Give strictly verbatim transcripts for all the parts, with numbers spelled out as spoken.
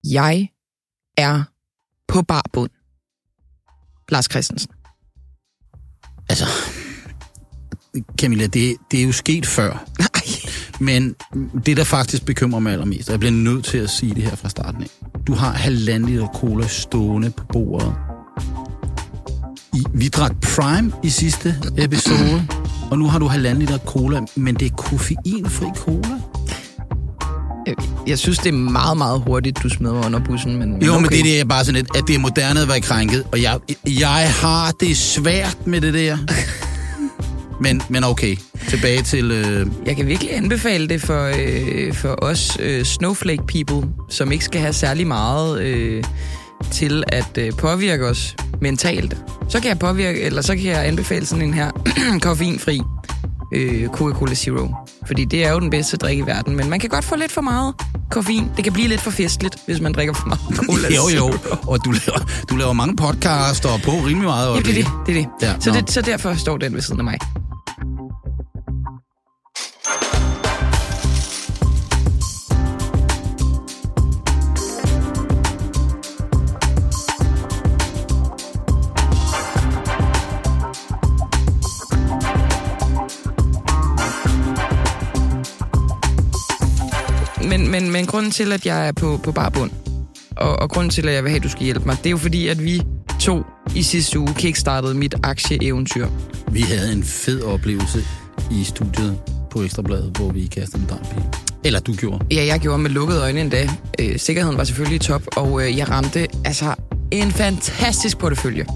Jeg er på barbund. Lars Christensen. Altså, Camilla, det, det er jo sket før. Nej. Men det, der faktisk bekymrer mig allermest, og jeg bliver nødt til at sige det her fra starten af. Du har halvanden liter cola stående på bordet. I, vi drak Prime i sidste episode, og nu har du halvanden liter cola, men det er koffeinfri cola. Jeg synes, det er meget, meget hurtigt, du smider mig under bussen. Men, jo, okay. men det, det er bare sådan, at det er moderne at være krænket, og jeg, jeg har det svært med det der. Men, men okay, tilbage til... Øh... Jeg kan virkelig anbefale det for, øh, for os øh, snowflake people, som ikke skal have særlig meget øh, til at øh, påvirke os mentalt. Så kan jeg påvirke, eller så kan jeg anbefale sådan en her koffeinfri øh, Coca-Cola Zero. Fordi det er jo den bedste drik i verden, men man kan godt få lidt for meget koffein. Det kan blive lidt for festligt, hvis man drikker for meget Cola Jo, Zero. jo, og du laver, du laver mange podcasts og på rimelig meget. Ja, det er det, det er det. Ja, så, det så derfor står den ved siden af mig. Men, men, men grunden til, at jeg er på, på barbund, og, og grunden til, at jeg vil have, at du skal hjælpe mig, det er jo fordi, at vi to i sidste uge kickstartede mit aktieeventyr. Vi havde en fed oplevelse i studiet på Ekstrabladet, hvor vi kastede en dartpil. Eller du gjorde. Ja, jeg gjorde med lukkede øjne endda. Øh, sikkerheden var selvfølgelig top, og øh, jeg ramte altså en fantastisk portefølje.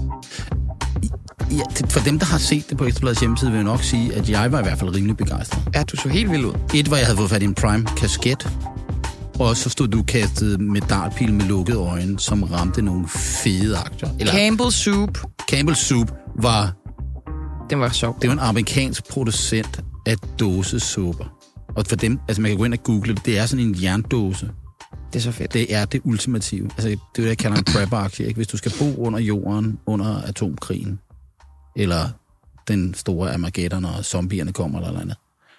Ja, for dem, der har set det på Ekstrabladets hjemmeside, vil jeg nok sige, at jeg var i hvert fald rimelig begejstret. Ja, du så helt vild ud. Et, hvor jeg havde fået fat i en Prime-kasket, og så stod du kastet med dartpil med lukkede øjne, som ramte nogle fede aktier. Eller, Campbell Soup. Campbell Soup var... Den var så. Det var en amerikansk producent af dåsesupper. Og for dem, altså man kan gå ind og google det, det er sådan en jerndåse. Det er så fedt. Det er det ultimative. Altså det er det, jeg kalder en prep-aktie, ikke? Hvis du skal bo under jorden, under atomkrigen, eller den store Armageddon, og zombierne kommer eller noget andet,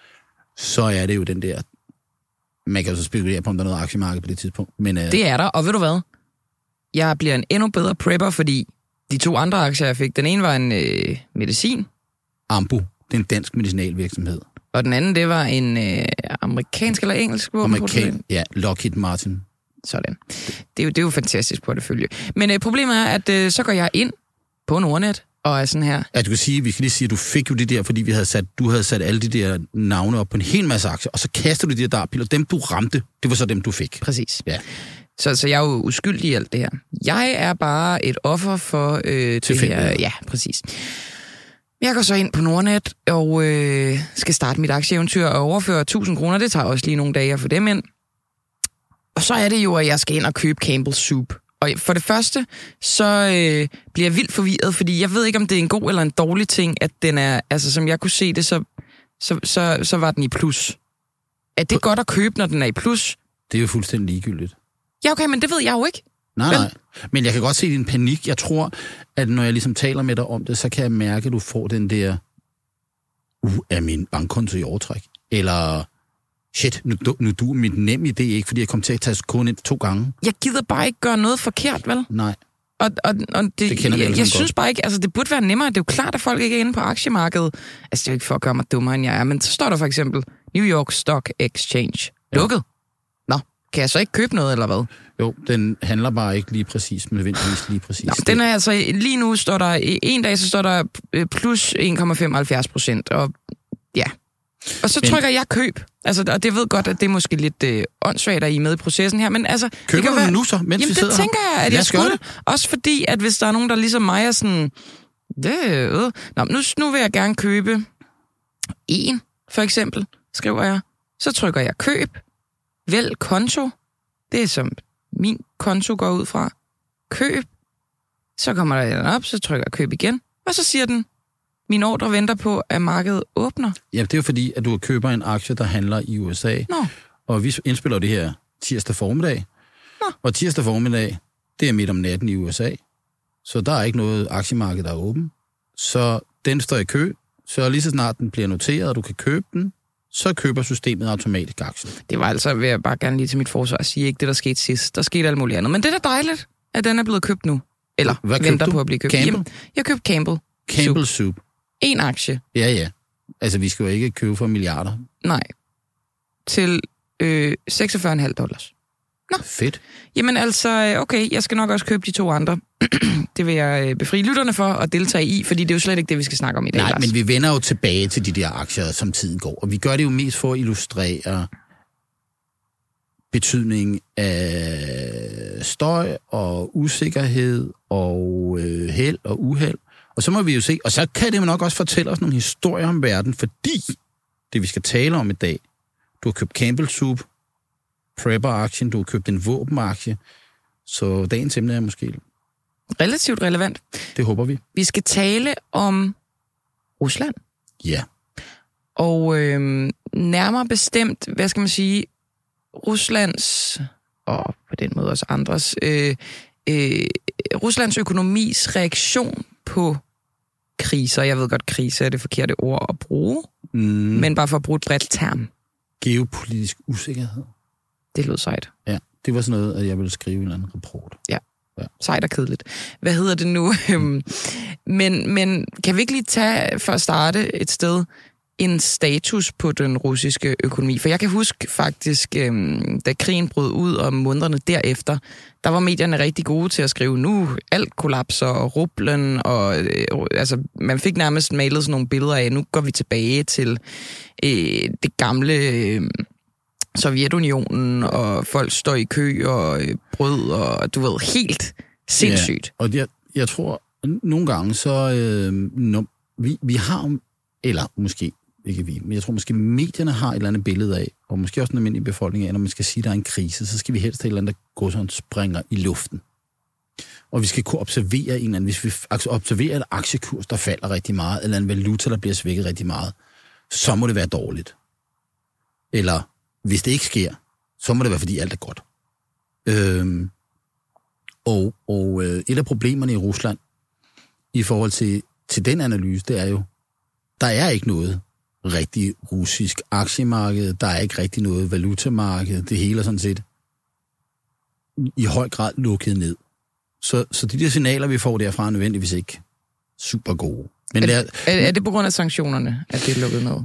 så er det jo den der... Man kan jo så spekulere på, om der er noget aktiemarked på det tidspunkt. Men, uh... det er der, og ved du hvad? Jeg bliver en endnu bedre prepper, fordi de to andre aktier, jeg fik, den ene var en øh, medicin. Ambu, det er en dansk medicinalvirksomhed. Og den anden, det var en øh, amerikansk eller engelsk våbenportefølje. Amerikan, ja, Lockheed Martin. Sådan. Det er jo, det er jo fantastisk portefølje. Men øh, problemet er, at øh, så går jeg ind på Nordnet, og er sådan her. Ja, du kan sige, vi kan lige sige, at du fik jo det der, fordi vi havde sat, du havde sat alle de der navne op på en hel masse aktier, og så kastede du de der dartpiler. Dem, du ramte, det var så dem, du fik. Præcis. Ja. Så, så jeg er jo uskyldig i alt det her. Jeg er bare et offer for øh, det her. Ja, præcis. Jeg går så ind på Nordnet og øh, skal starte mit aktieeventyr og overføre tusind kroner. Det tager også lige nogle dage at få dem ind. Og så er det jo, at jeg skal ind og købe Campbell Soup. Og for det første, så øh, bliver jeg vildt forvirret, fordi jeg ved ikke, om det er en god eller en dårlig ting, at den er, altså som jeg kunne se det, så, så, så, så var den i plus. Er det godt at købe, når den er i plus? Det er jo fuldstændig ligegyldigt. Ja, okay, men det ved jeg jo ikke. Nej, men... nej. Men jeg kan godt se din panik. Jeg tror, at når jeg ligesom taler med dig om det, så kan jeg mærke, at du får den der, uh, er min bankkonto i overtræk? Eller, shit, nu, nu du mit nem idé ikke, fordi jeg kom til at tage kun ind to gange. Jeg gider bare ikke gøre noget forkert, vel? Nej. Og, og, og det, det kender vi jeg, jeg synes godt. bare ikke, altså det burde være nemmere. Det er jo klart, at folk ikke er inde på aktiemarkedet. Altså det er jo ikke for at gøre mig dummere, end jeg er, men så står der for eksempel New York Stock Exchange. Lukket. Ja. Nå, kan jeg så ikke købe noget, eller hvad? Jo, den handler bare ikke lige præcis, men nødvendigvis lige præcis. Nå, den er altså, lige nu står der, en dag så står der plus en komma femoghalvfjerds procent, og ja. Og så men, trykker jeg køb. Altså, og det ved godt, at det er måske lidt øh, åndssvagt, at I er med i processen her, men altså... Køber du være, nu så, mens jamen, vi sidder det tænker jeg, at jeg jeg skulle. Også fordi, at hvis der er nogen, der ligesom mig er sådan... Det, øh. Nå, nu, nu vil jeg gerne købe en, for eksempel, skriver jeg. Så trykker jeg køb. Vælg konto. Det er som min konto går ud fra. Køb. Så kommer der den op, så trykker jeg køb igen. Og så siger den, min ordre venter på, at markedet åbner. Ja, det er jo fordi, at du køber en aktie, der handler i U S A. Nå. Og vi indspiller det her tirsdag formiddag. Nå. Og tirsdag formiddag, det er midt om natten i U S A. Så der er ikke noget aktiemarked, der er åben. Så den står i kø. Så lige så snart den bliver noteret, og du kan købe den, så køber systemet automatisk aktien. Det var altså, vil jeg bare gerne lige til mit forsvar at sige, ikke det, der skete sidst. Der skete alt muligt andet. Men det er da dejligt, at den er blevet købt nu. Eller Hvad venter du? på at blive købt. Campbell? Jamen, jeg købte Campbell. Campbell Soup. En aktie. Ja, ja. Altså, vi skal jo ikke købe for milliarder. Nej. Til øh, seksogfyrre komma fem dollars. Nå. Fedt. Jamen altså, okay, jeg skal nok også købe de to andre. Det vil jeg befri lytterne for at deltage i, fordi det er jo slet ikke det, vi skal snakke om i dag. Nej, Lars. men vi vender jo tilbage til de der aktier, som tiden går. Og vi gør det jo mest for at illustrere betydningen af støj og usikkerhed og øh, held og uheld. Og så må vi jo se, og så kan det nok også fortælle os nogle historier om verden, fordi det, vi skal tale om i dag, du har købt Campbell Soup, Prepper-aktien, du har købt en våbenaktie, så dagens emne er måske relativt relevant. Det håber vi. Vi skal tale om Rusland. Ja. Og øh, nærmere bestemt, hvad skal man sige, Ruslands, og på den måde også andres, øh, øh, Ruslands økonomis reaktion på kriser. Jeg ved godt, krise er det forkerte ord at bruge, mm. men bare for at bruge et bredt term. Geopolitisk usikkerhed. Det lød sejt. Ja, det var sådan noget, at jeg ville skrive en eller anden rapport. Ja, ja. Sejt og kedeligt. Hvad hedder det nu? men, men kan vi ikke lige tage, for at starte et sted, en status på den russiske økonomi? For jeg kan huske faktisk, da krigen brød ud og månederne derefter, der var medierne rigtig gode til at skrive, nu alt kollapser, og rublen, og altså, man fik nærmest malet sådan nogle billeder af, nu går vi tilbage til øh, det gamle øh, Sovjetunionen, og folk står i kø og øh, brød, og du ved, helt sindssygt. Ja, og jeg, jeg tror, nogle gange så, øh, når vi, vi har, eller måske ikke vi, men jeg tror måske medierne har et eller andet billede af, og måske også en almindelig befolkning af, når man skal sige, at der er en krise, så skal vi helst have et eller andet, der går sådan springer i luften. Og vi skal kunne observere en eller anden, hvis vi observerer et aktiekurs, der falder rigtig meget, eller en valuta, der bliver svækket rigtig meget, så må det være dårligt. Eller hvis det ikke sker, så må det være, fordi alt er godt. Øhm, og og øh, et af problemerne i Rusland, i forhold til, til den analyse, det er jo, der er ikke noget rigtig russisk aktiemarked, der er ikke rigtig noget valutamarked, det hele er sådan set i høj grad lukket ned. Så, så de der signaler, vi får derfra, er nødvendigvis ikke super gode. Men er, der, er, er det på grund af sanktionerne, at det er lukket ned?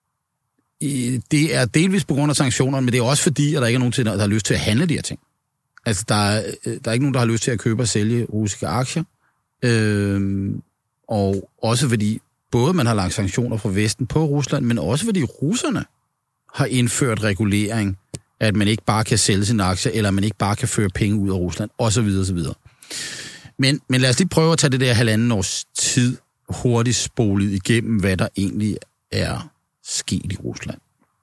Det er delvis på grund af sanktionerne, men det er også fordi, at der ikke er nogen, til, der har lyst til at handle de her ting. Altså, der er, der er ikke nogen, der har lyst til at købe og sælge russiske aktier. Øhm, og også fordi både man har lagt sanktioner fra Vesten på Rusland, men også fordi russerne har indført regulering, at man ikke bare kan sælge sine aktier, eller man ikke bare kan føre penge ud af Rusland, osv. osv. Men, men lad os lige prøve at tage det der halvanden års tid hurtigt spolet igennem, hvad der egentlig er sket i Rusland.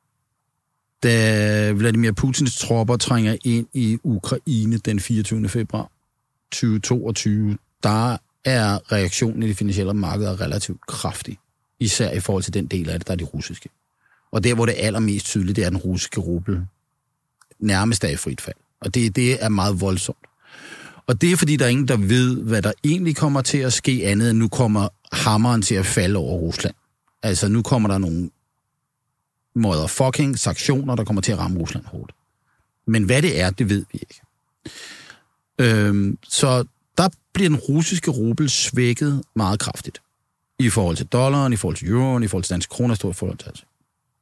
Da Vladimir Putins tropper trænger ind i Ukraine den fireogtyvende februar tyve toogtyve, der er reaktionen i de finansielle markeder relativt kraftig. Især i forhold til den del af det, der er de russiske. Og der, hvor det er allermest tydeligt, det er den russiske rubel. Nærmest er i frit fald. Og det, det er meget voldsomt. Og det er, fordi der er ingen, der ved, hvad der egentlig kommer til at ske andet, end nu kommer hammeren til at falde over Rusland. Altså, nu kommer der nogle motherfucking sanktioner, der kommer til at ramme Rusland hårdt. Men hvad det er, det ved vi ikke. Øhm, så der bliver den russiske rubel svækket meget kraftigt. I forhold til dollaren, i forhold til euroen, i forhold til danske kroner, står i forhold til altså.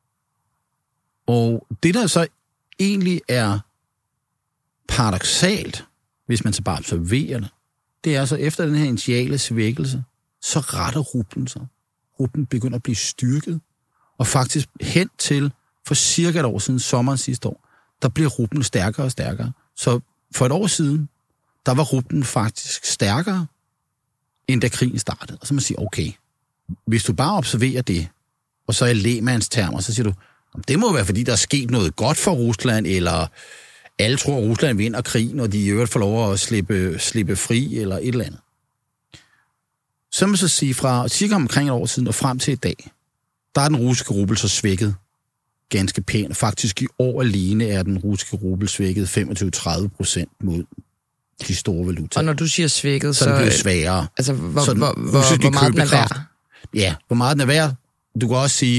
Og det, der så egentlig er paradoksalt, hvis man så bare observerer det, det er så efter den her initiale svækkelse, så retter rublen sig. Rublen begynder at blive styrket, og faktisk hen til for cirka et år siden, sommeren sidste år, der bliver rublen stærkere og stærkere. Så for et år siden, der var rublen faktisk stærkere, end da krigen startede. Og så man siger, okay, hvis du bare observerer det, og så er lægmands termer, så siger du, det må være, fordi der er sket noget godt for Rusland, eller alle tror, at Rusland vinder krigen, og de i øvrigt får lov at slippe, slippe fri, eller et eller andet. Så må man så sige, fra cirka omkring et år siden og frem til i dag, der er den russiske rubel så svækket ganske pænt. Faktisk i år alene er den russiske rubel svækket femogtyve til tredive procent mod de store valutaer. Og når du siger svækket, så... Så er det blevet sværere. Altså, hvor, hvor, hvor, hvor meget den er værd? Ja, hvor meget den er værd. Du kan også sige,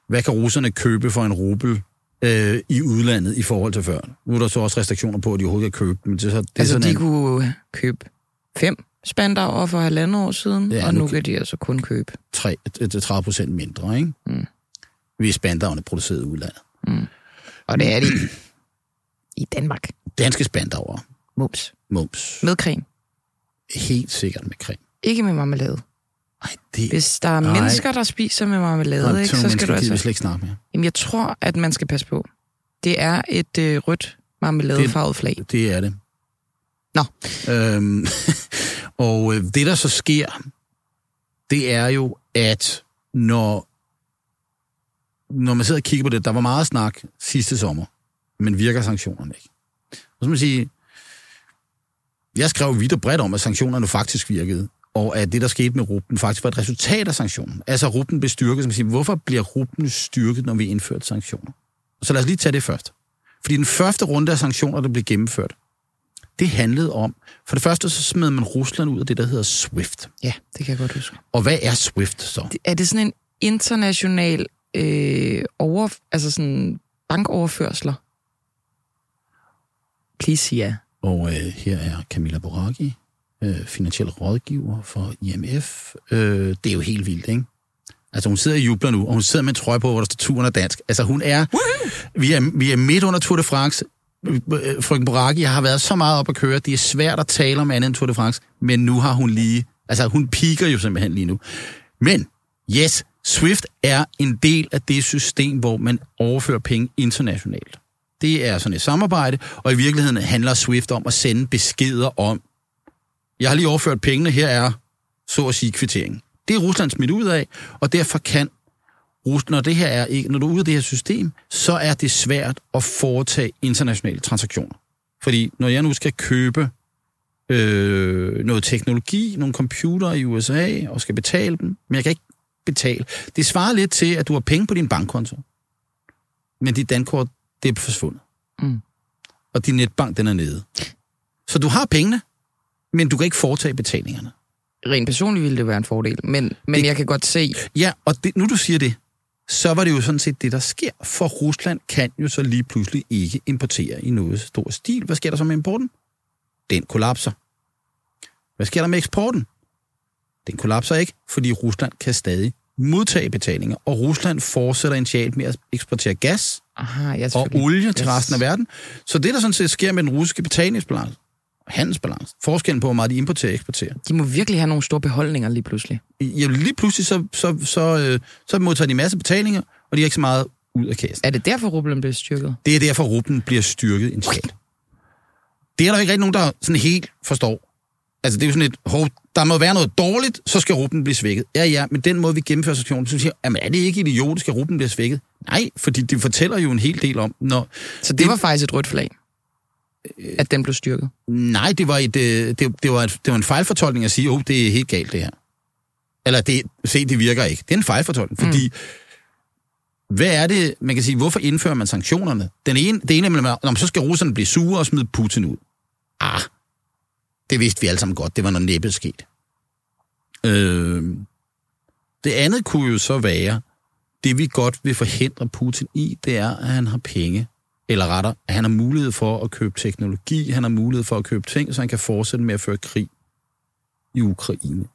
hvad kan russerne købe for en rubel øh, i udlandet i forhold til før? Nu er der så også restriktioner på, at de overhovedet kan købe dem. Det er så, det er altså, sådan de en... kunne købe fem spandauer for halvandet år siden, ja, og nu nu kan de altså kun købe tre til tredive procent mindre, ikke? Mm. Hvis spandauerne er produceret i udlandet. Mm. Og det er de i Danmark. Danske spandauer. Mums. Mums. Med creme. Helt sikkert med creme. Ikke med marmelade. Ej, det... Hvis der er Ej. mennesker, der spiser med marmelade, Ej, ikke, så skal du altså... Det slet ikke snakke med. Jamen, jeg tror, at man skal passe på. Det er et øh, rødt marmeladefarvet flag. Det, det er det. Nå. Øhm, og øh, det, der så sker, det er jo, at når, når man sidder og kigger på det, der var meget snak sidste sommer, men virker sanktionerne ikke? Så skal man sige, jeg skrev vidt og bredt om, at sanktionerne faktisk virkede, og at det, der skete med rublen, faktisk var et resultat af sanktionen. Altså, rublen blev styrket, som siger, hvorfor bliver rublen styrket, når vi indførte sanktioner? Så lad os lige tage det først. Fordi den første runde af sanktioner, der blev gennemført, det handlede om, for det første så smed man Rusland ud af det, der hedder SWIFT. Ja, det kan jeg godt huske. Og hvad er SWIFT så? Er det sådan en international øh, over, altså sådan bankoverførsler? Please, ja. Yeah. Og øh, her er Camilla Boraghi, øh, finansiel rådgiver for I M F. Øh, det er jo helt vildt, ikke? Altså, hun sidder i jubler nu, og hun sidder med en trøje på, hvor der står turen er dansk. Altså, hun er... Vi er, vi er midt under Tour de France. Frøken Boraghi har været så meget op at køre. Det er svært at tale om andet end Tour de France, men nu har hun lige... Altså, hun piker jo simpelthen lige nu. Men, yes, SWIFT er en del af det system, hvor man overfører penge internationalt. Det er sådan et samarbejde, og i virkeligheden handler SWIFT om at sende beskeder om, jeg har lige overført pengene, her er, så at sige, kvitteringen. Det er Rusland smidt ud af, og derfor kan Rusland, når det her er ikke, når du er ude af det her system, så er det svært at foretage internationale transaktioner. Fordi når jeg nu skal købe øh, noget teknologi, nogle computer i U S A, og skal betale dem, men jeg kan ikke betale. Det svarer lidt til, at du har penge på din bankkonto, men dit dankort, det er forsvundet. Mm. Og din netbank, den er nede. Så du har pengene, men du kan ikke foretage betalingerne. Rent personligt ville det være en fordel, men, men det, jeg kan godt se... Ja, og det, nu du siger det, så var det jo sådan set det, der sker. For Rusland kan jo så lige pludselig ikke importere i noget stor stil. Hvad sker der så med importen? Den kollapser. Hvad sker der med eksporten? Den kollapser ikke, fordi Rusland kan stadig modtage betalinger, og Rusland fortsætter initialt med at eksportere gas Aha, ja, og olie til yes. resten af verden. Så det, der sådan set sker med den russiske betalingsbalance, handelsbalance, forskellen på, hvor meget de importerer og eksporterer. De må virkelig have nogle store beholdninger lige pludselig. Ja, lige pludselig, så, så, så, øh, så modtager de en masse betalinger, og de har ikke så meget ud af kassen. Er det derfor, rublen bliver styrket? Det er derfor, rublen bliver styrket initialt. Det er der ikke rigtig nogen, der sådan helt forstår. Altså, det er jo sådan et, hov, der må være noget dårligt, så skal rublen blive svækket. Ja, ja, men den måde, vi gennemfører sanktionen, så siger jeg, er det ikke idiotisk, at rublen bliver svækket? Nej, fordi det fortæller jo en hel del om, når... Så det, det var faktisk et rødt flag, at den blev styrket? Nej, det var, et, det, det var, et, det var en fejlfortolkning at sige, åh, oh, det er helt galt, det her. Eller, det, se, det virker ikke. Det er en fejlfortolkning, fordi... Mm. Hvad er det, man kan sige, hvorfor indfører man sanktionerne? Den ene, det ene er, når så skal russerne blive sure og smide Putin ud. Ah, det vidste vi alle sammen godt. Det var noget næppe sket. Øh, det andet kunne jo så være, det vi godt vil forhindre Putin i, det er, at han har penge. Eller rettere, at han har mulighed for at købe teknologi, han har mulighed for at købe ting, så han kan fortsætte med at føre krig i Ukraine.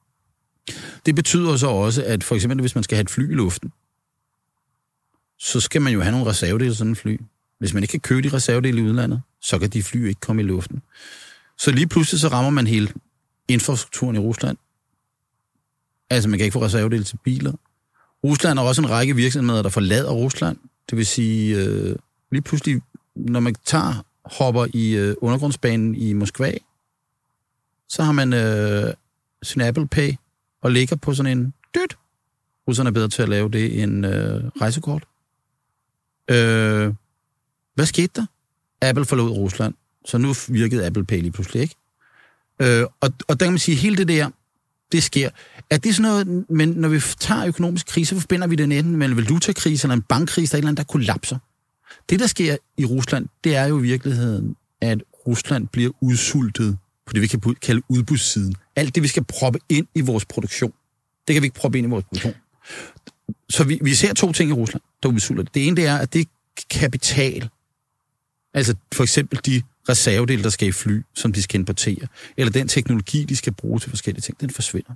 Det betyder så også, at for eksempel, hvis man skal have et fly i luften, så skal man jo have nogle reservedele sådan en fly. Hvis man ikke kan købe de reservedele i udlandet, så kan de fly ikke komme i luften. Så lige pludselig så rammer man hele infrastrukturen i Rusland. Altså, man kan ikke få reservedele til biler. Rusland har også en række virksomheder, der forlader Rusland. Det vil sige, øh, lige pludselig, når man tager, hopper i øh, undergrundsbanen i Moskva, så har man øh, sin Apple Pay og ligger på sådan en dyt. Russerne er bedre til at lave det end øh, rejsekort. Øh, hvad skete der? Apple forlod Rusland, så nu virkede Apple Pay lige pludselig ikke. Øh, og, og der kan man sige, at hele det der, det sker. At det er sådan noget, men når vi tager økonomisk krise, så forbinder vi den enten med en valutakrise eller en bankkrise, der er et eller andet, der kollapser. Det, der sker i Rusland, det er jo i virkeligheden, at Rusland bliver udsultet på det, vi kan kalde udbudssiden. Alt det, vi skal proppe ind i vores produktion, det kan vi ikke proppe ind i vores produktion. så vi, vi ser to ting i Rusland, der udsulter det. Det ene det er, at det kapital, altså for eksempel de reservedele, der skal i fly, som de skal importere, eller den teknologi, de skal bruge til forskellige ting, den forsvinder.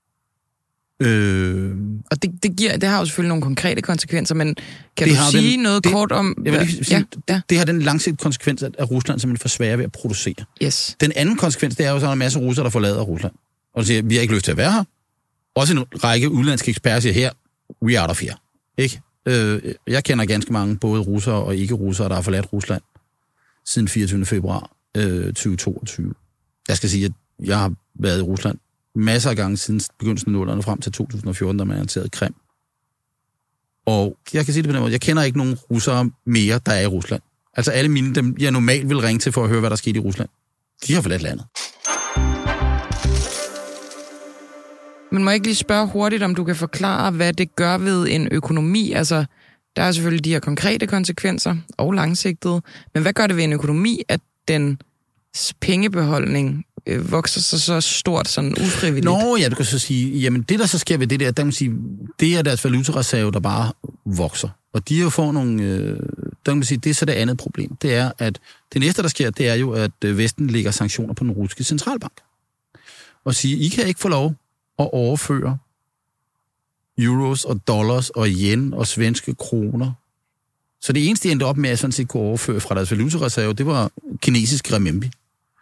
Øh... Og det, det, giver, det har jo selvfølgelig nogle konkrete konsekvenser, men kan det du sige den, noget det, kort om... Jeg vil sige, ja, ja. Det, det har den langsigtede konsekvens, at Rusland simpelthen får svære ved at producere. Yes. Den anden konsekvens, det er jo, så er der en masse russere, der forlader Rusland. Og siger, vi har ikke lyst til at være her. Også en række udenlandske eksperter siger her, we out of here. Ikke? Øh, jeg kender ganske mange, både russere og ikke-russere, der har forladt Rusland siden fireogtyvende februar øh, tyve toogtyve. Jeg skal sige, at jeg har været i Rusland masser af gange siden begyndelsen af nullerne frem til to tusind og fjorten, da man annoncerede Krim. Og jeg kan sige det på den måde, jeg kender ikke nogen russere mere, der er i Rusland. Altså alle mine, dem jeg normalt vil ringe til for at høre, hvad der skete i Rusland, de har forladt landet. Men må jeg ikke lige spørge hurtigt, om du kan forklare, hvad det gør ved en økonomi? Altså, der er selvfølgelig de her konkrete konsekvenser, og langsigtede. Men hvad gør det ved en økonomi, at den pengebeholdning øh, vokser så, så stort, sådan ufrivilligt? Nå, ja, du kan så sige, jamen det, der så sker ved det der, der kan sige, det er deres valutareserve, der bare vokser. Og de har jo fået nogle, øh, der kan man sige, det er så det andet problem. Det er, at det næste, der sker, det er jo, at Vesten lægger sanktioner på den russiske centralbank. Og siger, I kan ikke få lov at overføre euros og dollars og yen og svenske kroner. Så det eneste, de endte op med, at sådan set kunne overføre fra deres valutareserve, det var kinesisk renminbi.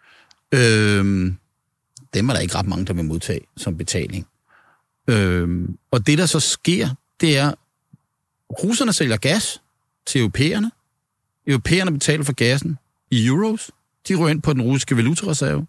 Øhm, dem er der ikke ret mange, der vil modtage som betaling. Øhm, og det, der så sker, det er, russerne sælger gas til europæerne. Europæerne betaler for gassen i euros. De rører ind på den russiske valutareserve.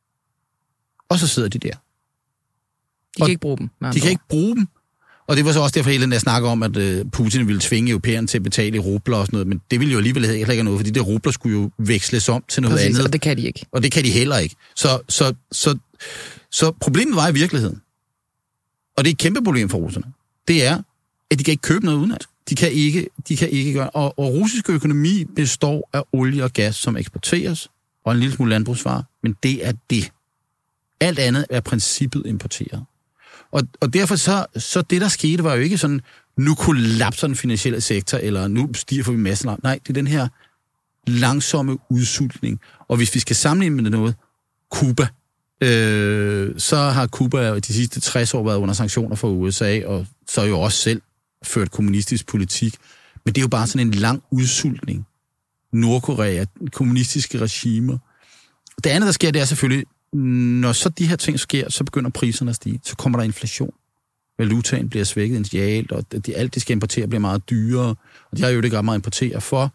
Og så sidder de der. De kan og ikke bruge dem. De kan ikke bruge dem. Og det var så også derfor, hele den der snakker om, at Putin ville tvinge europæerne til at betale i rubler og sådan noget, men det ville jo alligevel heller ikke noget, fordi de rubler skulle jo veksles om til noget Præcis, andet. Og det kan de ikke. Og det kan de heller ikke. Så, så, så, så problemet var i virkeligheden, og det er et kæmpe problem for russerne, det er, at de kan ikke købe noget udenlandsk. De kan ikke, de kan ikke gøre. Og, og russisk økonomi består af olie og gas, som eksporteres, og en lille smule landbrugsvarer, men det er det. Alt andet er princippet importeret. Og, og derfor så, så det, der skete, var jo ikke sådan, nu kollapser den finansielle sektor, eller nu stiger vi masser. Nej, det er den her langsomme udsultning. Og hvis vi skal sammenligne med noget, Cuba, øh, så har Cuba de sidste tres år været under sanktioner fra U S A, og så jo også selv ført kommunistisk politik. Men det er jo bare sådan en lang udsultning. Nordkorea, kommunistiske regimer. Det andet, der sker, det er selvfølgelig, når så de her ting sker, så begynder priserne at stige. Så kommer der inflation. Valutaen bliver svækket initialt, og de, alt, de skal importere, bliver meget dyrere. Og de har jo ikke ret meget at importere for.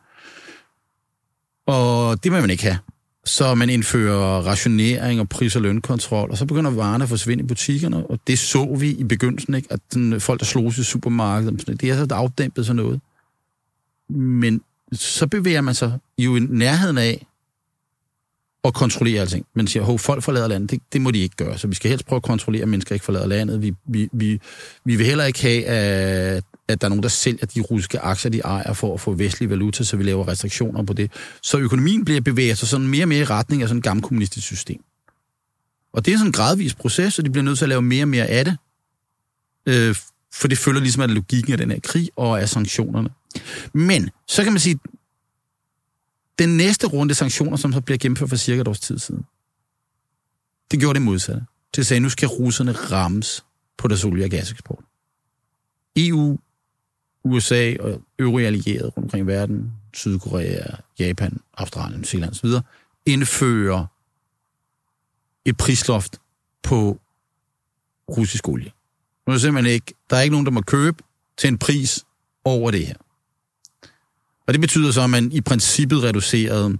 Og det vil man ikke have. Så man indfører rationering og pris- og lønkontrol, og så begynder varerne at forsvinde i butikkerne, og det så vi i begyndelsen, ikke? At den, folk, der slås i supermarkedet, det er så afdæmpet sådan noget. Men så bevæger man sig jo i nærheden af at kontrollere alting. Man siger, at folk forlader landet, det, det må de ikke gøre, så vi skal helst prøve at kontrollere, at mennesker ikke forlader landet. Vi, vi, vi, vi vil heller ikke have, at, at der er nogen, der sælger de russiske aktier, de ejer, for at få vestlig valuta, så vi laver restriktioner på det. Så økonomien bliver bevæget sig sådan mere og mere i retning af sådan et gammelt kommunistisk system. Og det er sådan en gradvis proces, og de bliver nødt til at lave mere og mere af det, øh, for det følger ligesom af logikken af den her krig og af sanktionerne. Men så kan man sige, den næste runde sanktioner, som så bliver gennemført for cirka et års tid siden, det gjorde det modsatte. Det sagde, nu skal russerne rammes på deres olie- og gaseksport. E U, U S A og øvrige allierede rundt omkring i verden, Sydkorea, Japan, Australien, New Zealand osv., indfører et prisloft på russisk olie. Nu er simpelthen ikke, der er ikke nogen, der må købe til en pris over det her. Og det betyder så, at man i princippet reducerede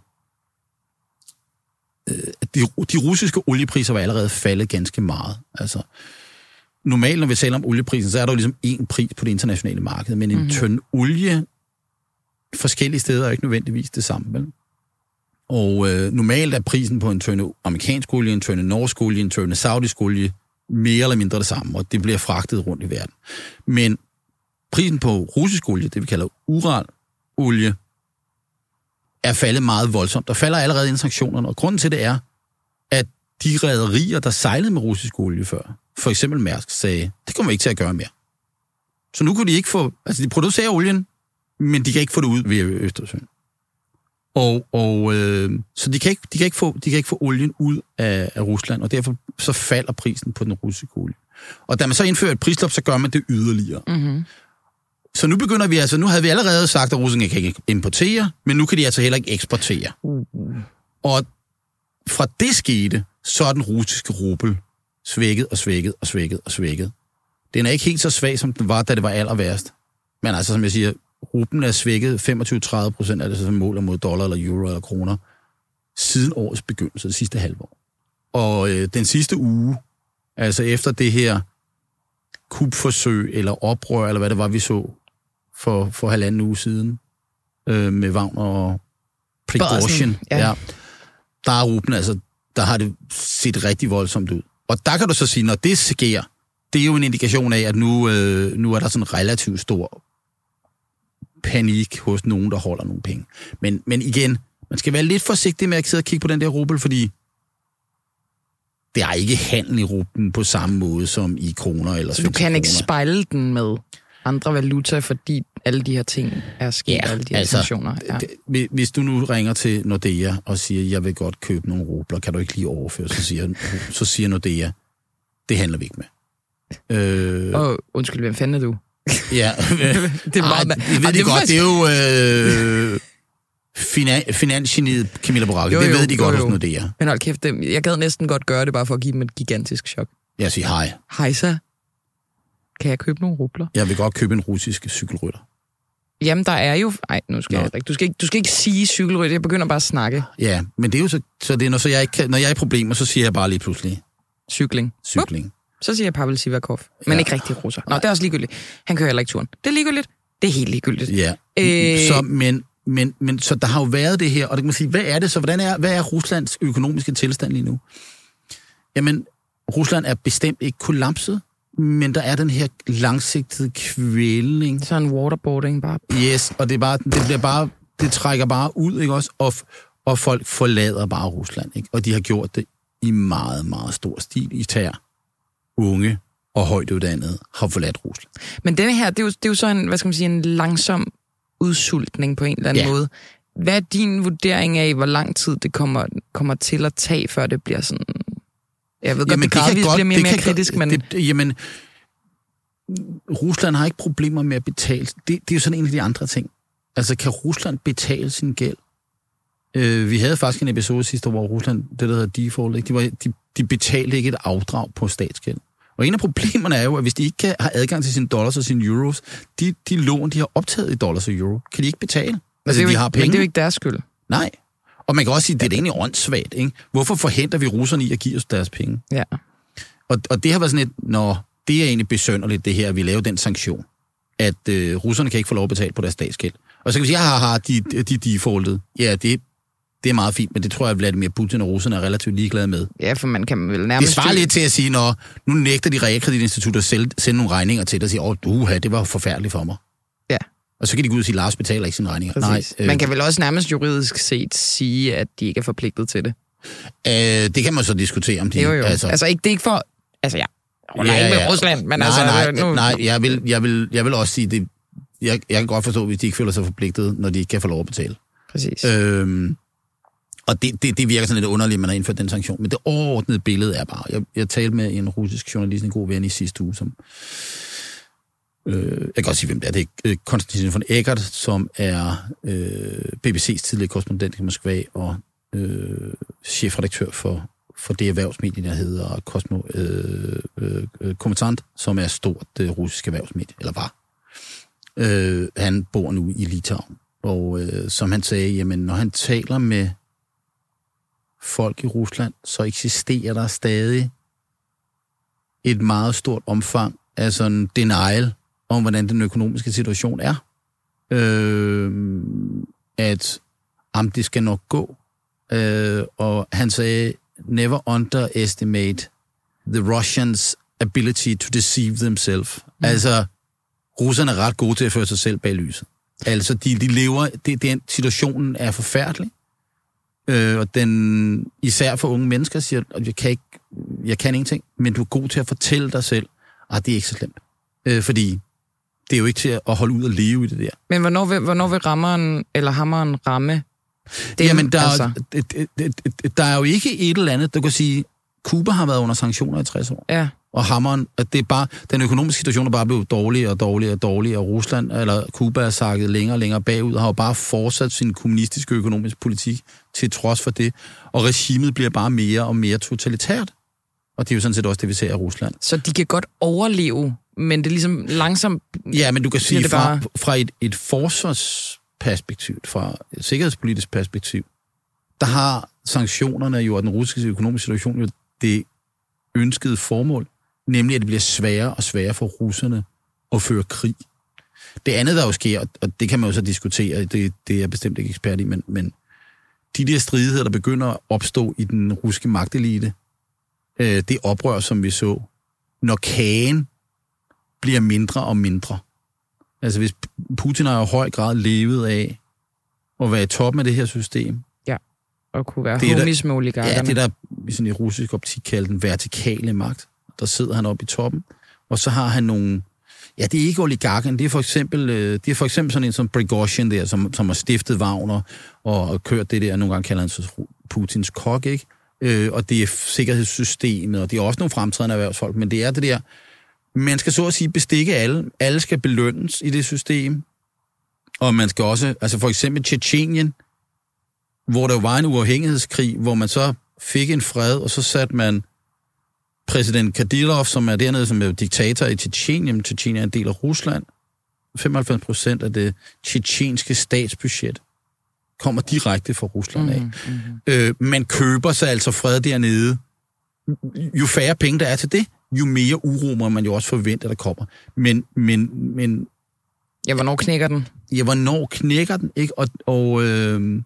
øh, de, de russiske oliepriser var allerede faldet ganske meget. Altså, normalt, når vi taler om olieprisen, så er der jo ligesom én pris på det internationale marked, men en mm-hmm. tønde olie forskellige steder er ikke nødvendigvis det samme, vel? Og øh, normalt er prisen på en tønde amerikansk olie, en tønde norsk olie, en tønde saudisk olie mere eller mindre det samme, og det bliver fragtet rundt i verden. Men prisen på russisk olie, det vi kalder uran, olie, er faldet meget voldsomt. Der falder allerede ind sanktionerne, og grunden til det er, at de rederier, der sejlede med russisk olie før, for eksempel Mærsk, sagde, det kommer vi ikke til at gøre mere. Så nu kunne de ikke få... Altså, de producerer olien, men de kan ikke få det ud ved Østersøen. Og, og øh, så de kan, ikke, de, kan ikke få, de kan ikke få olien ud af, af Rusland, og derfor så falder prisen på den russiske olie. Og da man så indfører et prislop, så gør man det yderligere. Mm-hmm. Så nu begynder vi altså... Nu havde vi allerede sagt, at russerne kan ikke importere, men nu kan de altså heller ikke eksportere. Mm-hmm. Og fra det skete, så er den russiske rubel svækket og svækket og svækket og svækket. Den er ikke helt så svag, som den var, da det var aller værst. Men altså, som jeg siger, rublen er svækket femogtyve til tredive procent af det, som måler mod dollar eller euro eller kroner, siden årets begyndelse, det sidste halvår. Og øh, den sidste uge, altså efter det her kupforsøg eller oprør, eller hvad det var, vi så for, for halvanden uge siden, øh, med Wagner og Prigozhin, ja. Ja, der er rublen, altså, der har det set rigtig voldsomt ud. Og der kan du så sige, når det sker, det er jo en indikation af, at nu, øh, nu er der sådan en relativt stor panik hos nogen, der holder nogle penge. Men, men igen, man skal være lidt forsigtig med at sidde og kigge på den der rubel, fordi det er ikke handel i rublen på samme måde som i kroner eller svenske kroner. Du kan ikke spejle den med andre valuta, fordi alle de her ting er sket, ja, alle de her altså, sanktioner. Ja. Hvis du nu ringer til Nordea og siger, jeg vil godt købe nogle rubler, kan du ikke lige overføre, så siger, så siger Nordea, det handler vi ikke med. Øh, oh, undskyld, hvem fanden er du? Ja, det er meget... Ej, jeg ved det, det godt, faktisk... det er jo øh, finan, finansgeniet Camilla Boracchi, det ved de godt hos Nordea. Men hold kæft, det, jeg gad næsten godt gøre det, bare for at give dem et gigantisk chok. Jeg siger hej. Hej så. Kan jeg købe nogle rubler? Jeg vil godt købe en russisk cykelrytter. Jamen, der er jo... Ej, nu skal jeg ikke. Du skal ikke, du skal ikke sige cykelrytter, jeg begynder bare at snakke. Ja, men det er jo så... så det er, når, så jeg ikke kan, når jeg er i problemer, så siger jeg bare lige pludselig... Cykling. Cykling. Uh. Så siger jeg Pavel Sivakov, men ja. Ikke rigtig russer. Nå, det er også ligegyldigt. Han kører heller ikke turen. Det er ligegyldigt. Det er helt ligegyldigt. Ja. Øh... Så, men, men, men, så der har jo været det her, og det kan man sige, hvad er det så? Hvordan er, hvad er Ruslands økonomiske tilstand lige nu? Jamen, Rusland er bestemt ikke kollapset, men der er den her langsigtede kvælning. Så en waterboarding bare. Yes, og det, er bare, det bliver bare, det trækker bare ud, ikke også? Og, og folk forlader bare Rusland, ikke? Og de har gjort det i meget, meget stor stil. Især unge og højtuddannede har forladt Rusland. Men denne her, det er jo, det er jo så en, hvad skal man sige, en langsom udsultning på en eller anden ja. måde. Hvad er din vurdering af, hvor lang tid det kommer, kommer til at tage, før det bliver sådan... Jeg ved godt, jamen, det gradvist bliver mere og mere kritisk, godt, men... Det, jamen, Rusland har ikke problemer med at betale. Det, det er jo sådan en af de andre ting. Altså, kan Rusland betale sin gæld? Øh, vi havde faktisk en episode sidste år, hvor Rusland, det der hedder default, ikke? De, var, de, de betalte ikke et afdrag på statsgæld. Og en af problemerne er jo, at hvis de ikke kan have adgang til sine dollars og sine euros, de, de lån, de har optaget i dollars og euro, kan de ikke betale. Altså, de ikke, har penge. Men det er jo ikke deres skyld. Nej. Og man kan også sige, at det er egentlig åndssvagt, ikke? Hvorfor forhindrer vi russerne i at give os deres penge? Ja. Og, og det har været sådan et, når det er egentlig besynderligt, det her, at vi laver den sanktion, at øh, russerne kan ikke få lov at betale på deres statsgæld. Og så kan vi sige, haha, de, de defaultet. Ja, det, det er meget fint, men det tror jeg, at Vladimir Putin og russerne er relativt ligeglade med. Ja, for man kan vel nærmest... Det svarer lidt til at sige, når nu nægter de realkreditinstitutter at sende nogle regninger til dig og sige, åh, duha, det var forfærdeligt for mig. Ja. Og så kan de gå ud og sige, Lars betaler ikke sine regninger. Nej, øh, man kan vel også nærmest juridisk set sige, at de ikke er forpligtet til det. Øh, det kan man så diskutere, om de... Jo, jo. Altså, altså ikke, det er ikke for... Altså, ja, jeg ja, ikke med ja. Rusland, men nej, altså... Nej, nu... nej jeg, vil, jeg, vil, jeg vil også sige, det, jeg, jeg kan godt forstå, hvis de ikke føler sig forpligtet, når de ikke kan få lov at betale. Præcis. Øhm, og det, det, det virker sådan lidt underligt, at man har indført den sanktion. Men det overordnede billede er bare... Jeg, jeg talte med en russisk journalist, en god ven i sidste uge, som... Øh, jeg kan godt sige, hvem det er. Det er Konstantin von Eckert, som er øh, B B C's tidligere korrespondent i Moskva og øh, chefredaktør for, for det erhvervsmedie, der hedder Cosmo øh, øh, Kommentant, som er stort øh, russisk erhvervsmedie, eller var. Øh, han bor nu i Litauen, og øh, som han sagde, jamen, når han taler med folk i Rusland, så eksisterer der stadig et meget stort omfang af sådan denial om, hvordan den økonomiske situation er. Øh, at jamen, det skal nok gå. Øh, og han sagde, never underestimate the Russians' ability to deceive themselves. Mm. Altså, russerne er ret gode til at føre sig selv bag lyset. Altså, de, de lever... Det, den situationen er forfærdelig. Øh, og den, især for unge mennesker, siger, at jeg kan ikke, jeg kan ingenting, men du er god til at fortælle dig selv, at det er ikke så slemt. Øh, fordi det er jo ikke til at holde ud og leve i det der. Men hvornår vil, hvornår vil rammeren, eller hammeren ramme dem? Jamen, der, altså? er, det, det, det, der er jo ikke et eller andet, du kan sige, Cuba har været under sanktioner i tres år. Ja. Og hammeren, at det er bare, den økonomiske situation er bare blevet dårligere og dårligere og dårligere, og Rusland, eller Cuba er sakket længere og længere bagud, og har jo bare fortsat sin kommunistiske økonomiske politik til trods for det. Og regimet bliver bare mere og mere totalitært. Og det er jo sådan set også det, vi ser i Rusland. Så de kan godt overleve, men det er ligesom langsomt... Ja, men du kan sige, fra, bare... fra et, et forsvarsperspektiv, fra et sikkerhedspolitisk perspektiv, der har sanktionerne jo, og den russiske økonomiske situation, jo det ønskede formål, nemlig at det bliver sværere og sværere for russerne at føre krig. Det andet, der jo sker, og det kan man jo så diskutere, det, det er jeg bestemt ikke ekspert i, men, men de der stridigheder, der begynder at opstå i den russiske magtelite, øh, det oprør, som vi så, når kagen bliver mindre og mindre. Altså hvis Putin har i høj grad levet af at være i toppen af det her system, ja, og kunne være homies med oligarkerne. Ja, det der sådan i russisk optik kaldt den vertikale magt. Der sidder han oppe i toppen, og så har han nogle... Ja, det er ikke oligarkerne, det er for eksempel, det er for eksempel sådan en som Prigozhin der, som, som har stiftet Wagner og, og kørt det der, nogle gange kalder han så Putins kok, ikke? Øh, og det er sikkerhedssystemet, og det er også nogle fremtrædende erhvervsfolk, men det er det der, man skal så at sige bestikke alle, alle skal belønnes i det system, og man skal også, altså for eksempel Tjetjenien, hvor der var en uafhængighedskrig, hvor man så fik en fred, og så satte man præsident Kadyrov, som er dernede, som er diktator i Tjetjenien. Tjetjenien er en del af Rusland. femoghalvfems procent af det tjetjenske statsbudget kommer direkte fra Rusland af. Mm-hmm. Øh, man køber sig altså fred dernede. Jo færre penge der er til det, jo mere uro må man jo også forvente, der kommer. Men, men, men... Ja, hvornår knækker den? Ja, hvornår knækker den, ikke? Og... og øh,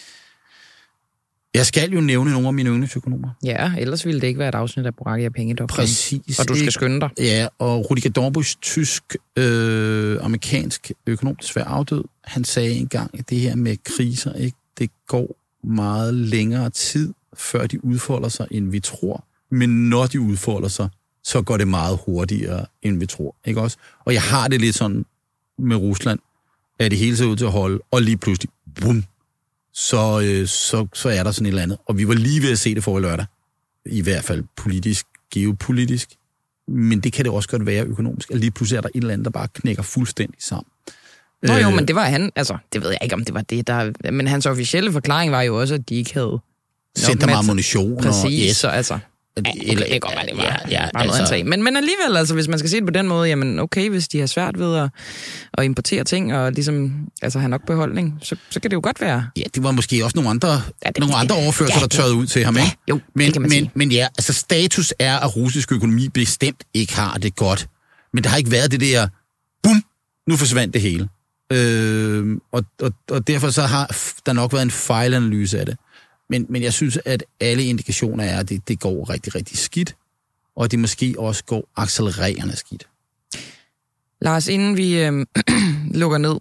jeg skal jo nævne nogle af mine yndlingsøkonomer. Ja, ellers ville det ikke være et afsnit af Boracchi og Pengedoktoren. Præcis. Og du skal skynde dig. Ja, og Rudiger Dornbusch, tysk, øh, amerikansk økonom, desværre afdød, han sagde engang, at det her med kriser, ikke, det går meget længere tid, før de udfolder sig, end vi tror. Men når de udfolder sig, så går det meget hurtigere, end vi tror. Ikke også? Og jeg har det lidt sådan med Rusland, at det hele ser ud til at holde, og lige pludselig, bum, Så, øh, så, så er der sådan et eller andet. Og vi var lige ved at se det for i lørdag. I hvert fald politisk, geopolitisk. Men det kan det også godt være økonomisk. At lige pludselig er der et eller andet, der bare knækker fuldstændig sammen. Nå jo, men det var han, altså, det ved jeg ikke, om det var det, der... Men hans officielle forklaring var jo også, at de ikke havde... Sendt dem ammunition. Præcis, og, yes. så altså... Ja, okay, det kan godt være, det var, ja, ja, bare noget, altså, men, men alligevel, altså, hvis man skal se det på den måde, jamen okay, hvis de har svært ved at, at importere ting, og ligesom altså, have nok beholdning, så, så kan det jo godt være. Ja, det var måske også nogle andre, ja, det, nogle andre overførsler, ja, der tørrede ud til ham, ja, ikke? Jo, men, det kan man men, sige. Men ja, altså status er, at russisk økonomi bestemt ikke har det godt. Men der har ikke været det der, bum, nu forsvandt det hele. Øh, og, og, og derfor så har der nok været en fejlanalyse af det. Men, men jeg synes, at alle indikationer er, at det, det går rigtig, rigtig skidt, og det måske også går accelererende skidt. Lars, inden vi øh, lukker ned,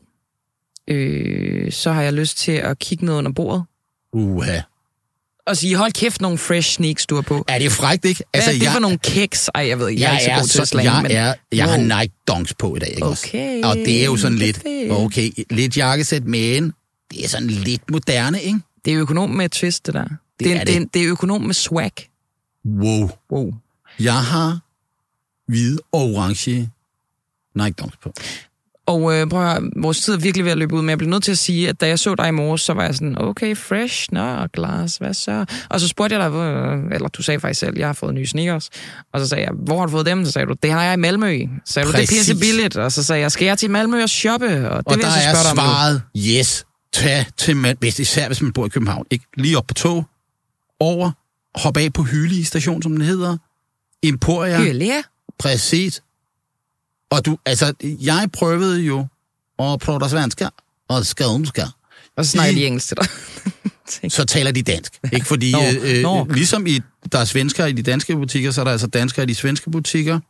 øh, så har jeg lyst til at kigge ned under bordet. Uha. Og sige, hold kæft, nogle fresh sneaks, du har på. Er det frækt, ikke? Altså, hvad er det jeg, for nogle kicks? Ej, jeg ved ikke, jeg, jeg er ikke så god til at slange. Jeg, men... er, jeg har Nike Dunks på i dag, ikke okay, også? Og det er jo sådan lidt, okay, lidt jakkesæt, men det er sådan lidt moderne, ikke? Det er økonom med et twist, det der. Det, det, er, det. Det, det er økonom med swag. Wow. wow. Jeg har hvide og orange Nike Dunks på. Og øh, prøv at høre, vores tid er virkelig ved at løbe ud, men jeg blev nødt til at sige, at da jeg så dig i morges, så var jeg sådan, okay, fresh, nå, glas, hvad så? Og så spurgte jeg dig, eller du sagde faktisk selv, jeg har fået nye sneakers. Og så sagde jeg, hvor har du fået dem? Så sagde du, det har jeg i Malmø. Så sagde Præcis. Du, det er pisse billigt. Og så sagde jeg, skal jeg til Malmø og shoppe? Og, det og vil der jeg så er svaret, yes. Tag til Malmø, især hvis man bor i København, ikke? Lige op på tog, over, hop af på Hyli station, som den hedder. Emporia. Hyli? Præcis. Og du, altså, jeg prøvede jo at prøve svenska og skånska. Og så snakker de engelsk til dig. Så taler de dansk. Ikke fordi, nå, øh, nå. ligesom i, der er svenskere i de danske butikker, så er der altså danskere i de svenske butikker.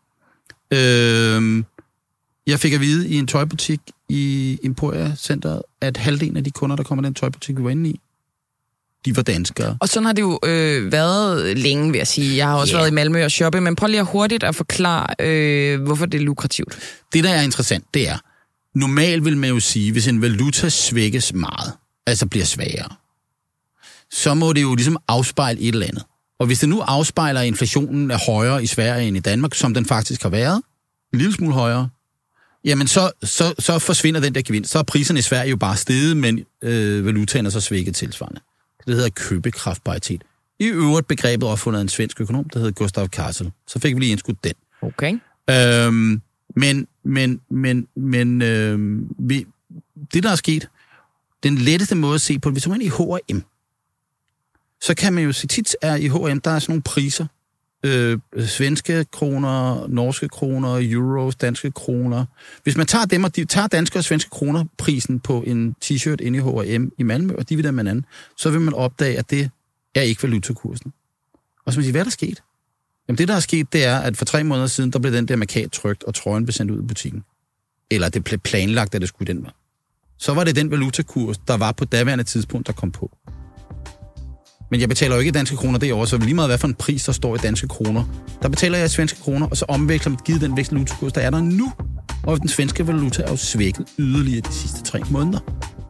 Øh, jeg fik at vide i en tøjbutik i Emporia Centeret, at halvdelen af de kunder, der kommer i den tøjbutik, vi var inde i, de var danskere. Og sådan har det jo øh, været længe, vil jeg sige. Jeg har også yeah. været i Malmø og shoppe, men prøv lige hurtigt at forklare, øh, hvorfor det er lukrativt. Det, der er interessant, det er, normalt vil man jo sige, hvis en valuta svækkes meget, altså bliver svagere, så må det jo ligesom afspejle et eller andet. Og hvis det nu afspejler, at inflationen er højere i Sverige end i Danmark, som den faktisk har været, en lille smule højere, jamen så, så, så forsvinder den der gevinst. Så er priserne i Sverige jo bare steget, men øh, valutaen er så svækket tilsvarende. Det hedder købekraftparitet. I øvrigt begrebet opfundet af en svensk økonom, der hedder Gustav Kassel. Så fik vi lige indskudt den. Okay. Øhm, men men, men, men øhm, vi, det, der er sket, den letteste måde at se på det, hvis man er i H og M, så kan man jo se tit, at i H og M, der er sådan nogle priser. Øh, svenske kroner, norske kroner, euros, danske kroner. Hvis man tager dem, og de tager danske og svenske kroner prisen på en t-shirt inde i H og M i Malmø, og dividerer med anden, så vil man opdage, at det er ikke valutakursen. Og så man siger, hvad er der sket? Jamen det, der er sket, det er, at for tre måneder siden, der blev den der markat trykt, og trøjen blev sendt ud i butikken. Eller det blev planlagt, at det skulle den var. Så var det den valutakurs, der var på daværende tidspunkt, der kom på. Men jeg betaler jo ikke danske kroner det år, så lige meget hvad for en pris, der står i danske kroner. Der betaler jeg svenske kroner, og så omveksler man givet den vekselvalutakurs, der er der nu. Og den svenske valuta er jo svækket yderligere de sidste tre måneder.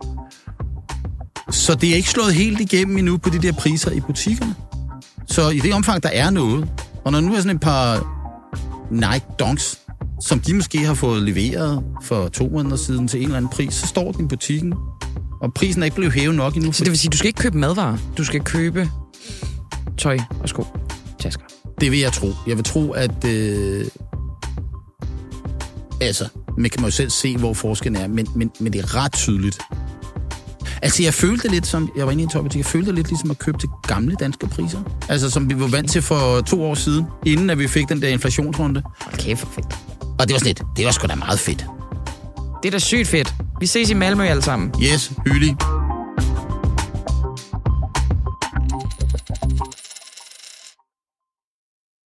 Så det er ikke slået helt igennem endnu på de der priser i butikkerne. Så i det omfang, der er noget, og når nu er sådan et par Nike Dunks, som de måske har fået leveret for to måneder siden til en eller anden pris, så står den i butikken. Og prisen er ikke blevet hævet nok endnu. Så det vil sige, at du skal ikke købe madvarer. Du skal købe tøj og sko, tasker. Det vil jeg tro. Jeg vil tro, at... Øh, altså, man kan jo selv se, hvor forskellen er, men, men, men det er ret tydeligt. Altså, jeg følte lidt som... Jeg var inde i en tøjbutik. Jeg følte lidt ligesom at købe til gamle danske priser. Altså, som vi var vant til for to år siden, inden at vi fik den der inflationsrunde. Okay, for fedt. Og det var sådan lidt... Det var sgu da meget fedt. Det er da sygt fedt. Vi ses i Malmø alle sammen. Yes, hyggeligt.